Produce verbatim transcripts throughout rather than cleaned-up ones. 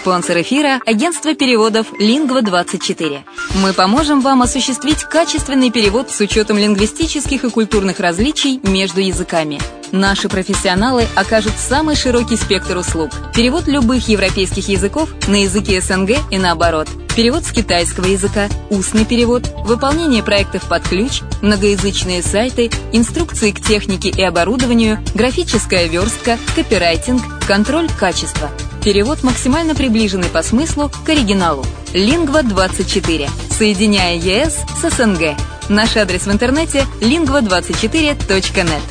Спонсор эфира – агентство переводов Lingva двадцать четыре. Мы поможем вам осуществить качественный перевод с учетом лингвистических и культурных различий между языками. Наши профессионалы окажут самый широкий спектр услуг. Перевод любых европейских языков на языки СНГ и наоборот. Перевод с китайского языка, устный перевод, выполнение проектов под ключ, многоязычные сайты, инструкции к технике и оборудованию, графическая верстка, копирайтинг, контроль качества. Перевод максимально приближенный по смыслу к оригиналу. Lingva двадцать четыре. Соединяя ЕС с СНГ. Наш адрес в интернете lingva двадцать четыре точка нет.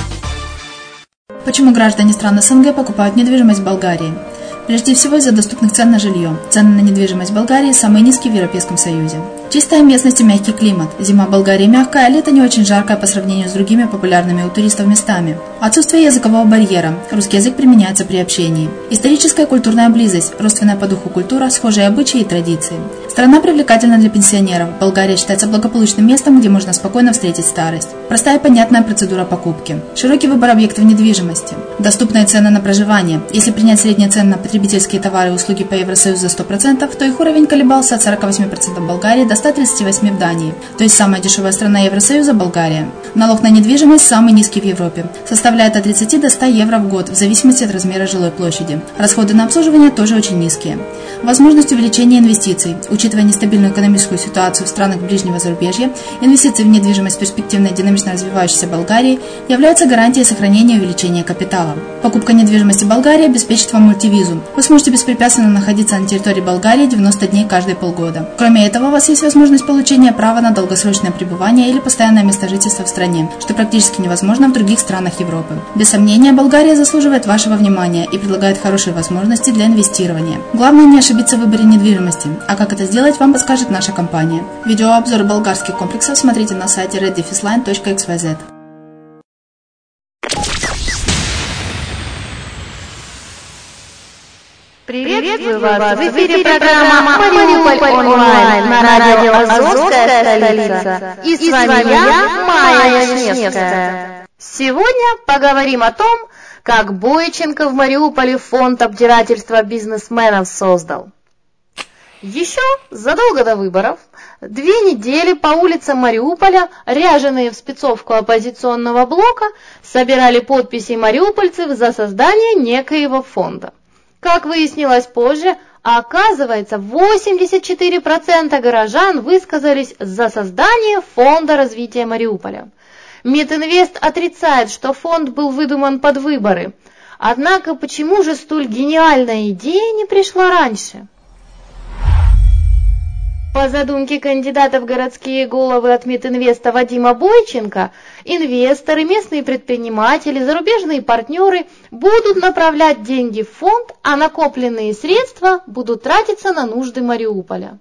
Почему граждане стран СНГ покупают недвижимость в Болгарии? Прежде всего из-за доступных цен на жилье. Цены на недвижимость в Болгарии самые низкие в Европейском Союзе. Чистая местность и мягкий климат. Зима в Болгарии мягкая, а лето не очень жаркое по сравнению с другими популярными у туристов местами. Отсутствие языкового барьера. Русский язык применяется при общении. Историческая и культурная близость. Родственная по духу культура, схожие обычаи и традиции. Страна привлекательна для пенсионеров. Болгария считается благополучным местом, где можно спокойно встретить старость. Простая и понятная процедура покупки. Широкий выбор объектов недвижимости. Доступные цены на проживание. Если принять средние цены на потребительские товары и услуги по Евросоюзу за сто процентов, то их уровень колебался от сорок восемь процентов в Болгарии до ста тридцати восьми процентов в Дании. То есть самая дешевая страна Евросоюза – Болгария. Налог на недвижимость самый низкий в Европе. Составляет от тридцати до ста евро в год, в зависимости от размера жилой площади. Расходы на обслуживание тоже очень низкие. Возможность увеличения инвестиций. Учитывая нестабильную экономическую ситуацию в странах ближнего зарубежья, инвестиции в недвижимость перспективной и динамично развивающейся Болгарии являются гарантией сохранения и увеличения капитала. Покупка недвижимости в Болгарии обеспечит вам мультивизу. Вы сможете беспрепятственно находиться на территории Болгарии девяносто дней каждые полгода. Кроме этого, у вас есть возможность получения права на долгосрочное пребывание или постоянное место жительства в стране, что практически невозможно в других странах Европы. Без сомнения, Болгария заслуживает вашего внимания и предлагает хорошие возможности для инвестирования. Главное не ошибиться в выборе недвижимости, а как это сделать, вам подскажет наша компания. Видеообзор болгарских комплексов смотрите на сайте red dash line точка икс вай зет. Приветствую вас! В эфире программа «Мариуполь онлайн» на радио «Азовская столица». И с вами я, Майя Вишневская. Сегодня поговорим о том, как Бойченко в Мариуполе фонд обдирательства бизнесменов создал. Еще задолго до выборов, две недели по улицам Мариуполя, ряженые в спецовку оппозиционного блока, собирали подписи мариупольцев за создание некоего фонда. Как выяснилось позже, оказывается, восемьдесят четыре процента горожан высказались за создание фонда развития Мариуполя. Мединвест отрицает, что фонд был выдуман под выборы. Однако почему же столь гениальная идея не пришла раньше? По задумке кандидата в городские головы от Мединвеста Вадима Бойченко, инвесторы, местные предприниматели, зарубежные партнеры будут направлять деньги в фонд, а накопленные средства будут тратиться на нужды Мариуполя.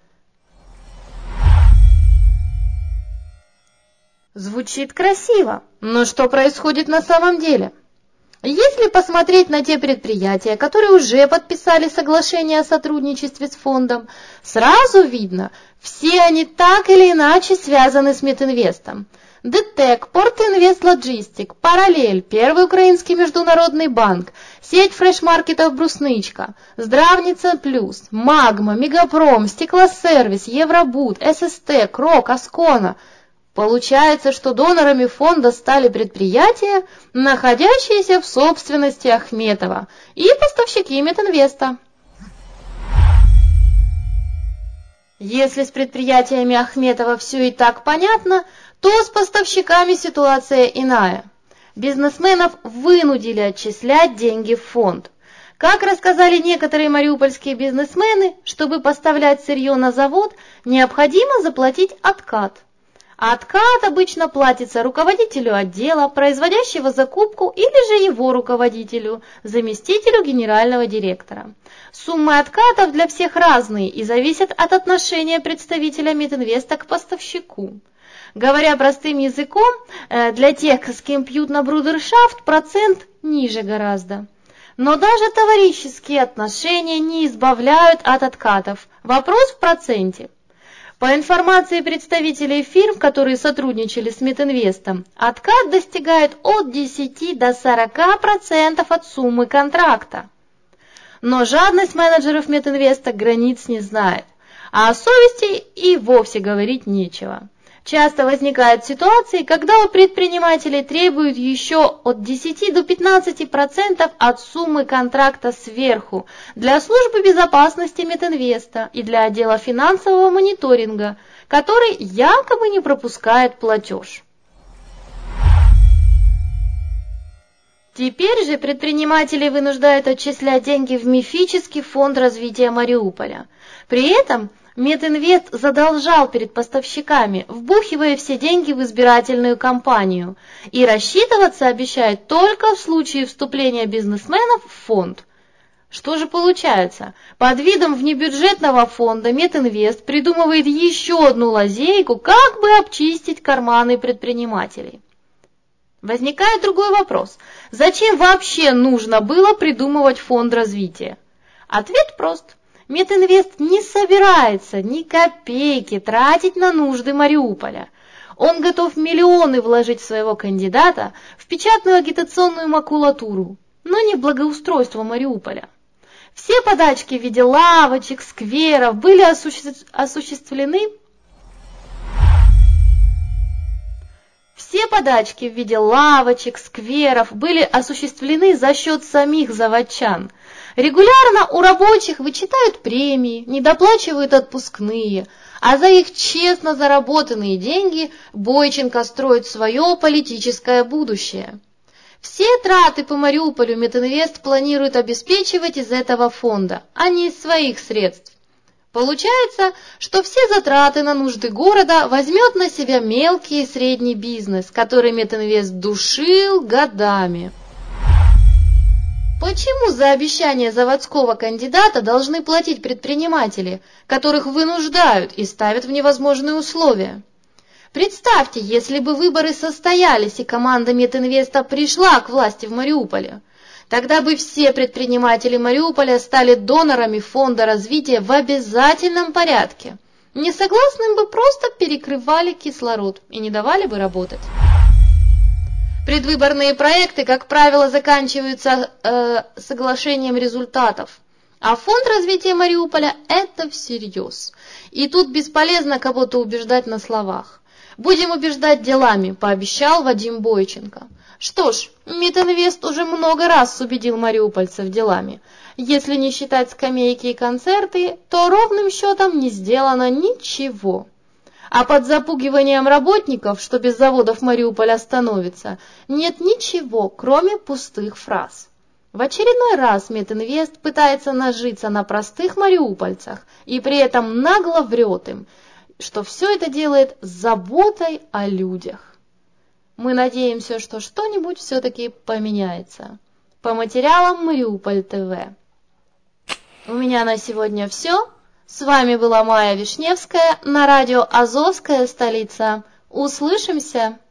Звучит красиво, но что происходит на самом деле? Если посмотреть на те предприятия, которые уже подписали соглашение о сотрудничестве с фондом, сразу видно, все они так или иначе связаны с Мединвестом. ДТЭК, Портинвест Лоджистик, Параллель, Первый Украинский международный банк, сеть фреш-маркетов Брусничка, Здравница Плюс, Магма, Мегапром, Стеклосервис, Евробуд, ССТ, Крок, Аскона. Получается, что донорами фонда стали предприятия, находящиеся в собственности Ахметова, и поставщики Мединвеста. Если с предприятиями Ахметова все и так понятно, то с поставщиками ситуация иная. Бизнесменов вынудили отчислять деньги в фонд. Как рассказали некоторые мариупольские бизнесмены, чтобы поставлять сырье на завод, необходимо заплатить откат. А откат обычно платится руководителю отдела, производящего закупку, или же его руководителю, заместителю генерального директора. Суммы откатов для всех разные и зависят от отношения представителя Мединвеста к поставщику. Говоря простым языком, для тех, с кем пьют на брудершафт, процент ниже гораздо. Но даже товарищеские отношения не избавляют от откатов. Вопрос в проценте. По информации представителей фирм, которые сотрудничали с Мединвестом, откат достигает от десяти до сорока процентов от суммы контракта. Но жадность менеджеров Метинвеста границ не знает, а о совести и вовсе говорить нечего. Часто возникают ситуации, когда у предпринимателей требуют еще от десяти до пятнадцати процентов от суммы контракта сверху для службы безопасности Метинвеста и для отдела финансового мониторинга, который якобы не пропускает платеж. Теперь же предприниматели вынуждают отчислять деньги в мифический фонд развития Мариуполя. При этом Метинвест задолжал перед поставщиками, вбухивая все деньги в избирательную кампанию, и рассчитываться обещает только в случае вступления бизнесменов в фонд. Что же получается? Под видом внебюджетного фонда Метинвест придумывает еще одну лазейку, как бы обчистить карманы предпринимателей. Возникает другой вопрос. Зачем вообще нужно было придумывать фонд развития? Ответ прост. Метинвест не собирается ни копейки тратить на нужды Мариуполя. Он готов миллионы вложить в своего кандидата в печатную агитационную макулатуру, но не в благоустройство Мариуполя. Все подачки в виде лавочек, скверов были осуществлены Все подачки в виде лавочек, скверов были осуществлены за счет самих заводчан. Регулярно у рабочих вычитают премии, недоплачивают отпускные, а за их честно заработанные деньги Бойченко строит свое политическое будущее. Все траты по Мариуполю Метинвест планирует обеспечивать из этого фонда, а не из своих средств. Получается, что все затраты на нужды города возьмет на себя мелкий и средний бизнес, который Метинвест душил годами. Почему за обещание заводского кандидата должны платить предприниматели, которых вынуждают и ставят в невозможные условия? Представьте, если бы выборы состоялись и команда Метинвеста пришла к власти в Мариуполе. Тогда бы все предприниматели Мариуполя стали донорами фонда развития в обязательном порядке. Несогласным бы просто перекрывали кислород и не давали бы работать. Предвыборные проекты, как правило, заканчиваются э, соглашением результатов. А фонд развития Мариуполя – это всерьез. И тут бесполезно кого-то убеждать на словах. Будем убеждать делами, пообещал Вадим Бойченко. Что ж, Метинвест уже много раз убедил мариупольцев делами. Если не считать скамейки и концерты, то ровным счетом не сделано ничего. А под запугиванием работников, что без заводов Мариуполь остановится, нет ничего, кроме пустых фраз. В очередной раз Метинвест пытается нажиться на простых мариупольцах и при этом нагло врет им, что все это делает с заботой о людях. Мы надеемся, что что-нибудь все-таки поменяется. По материалам Мариуполь ТВ. У меня на сегодня все. С вами была Майя Вишневская на радио «Азовская столица». Услышимся!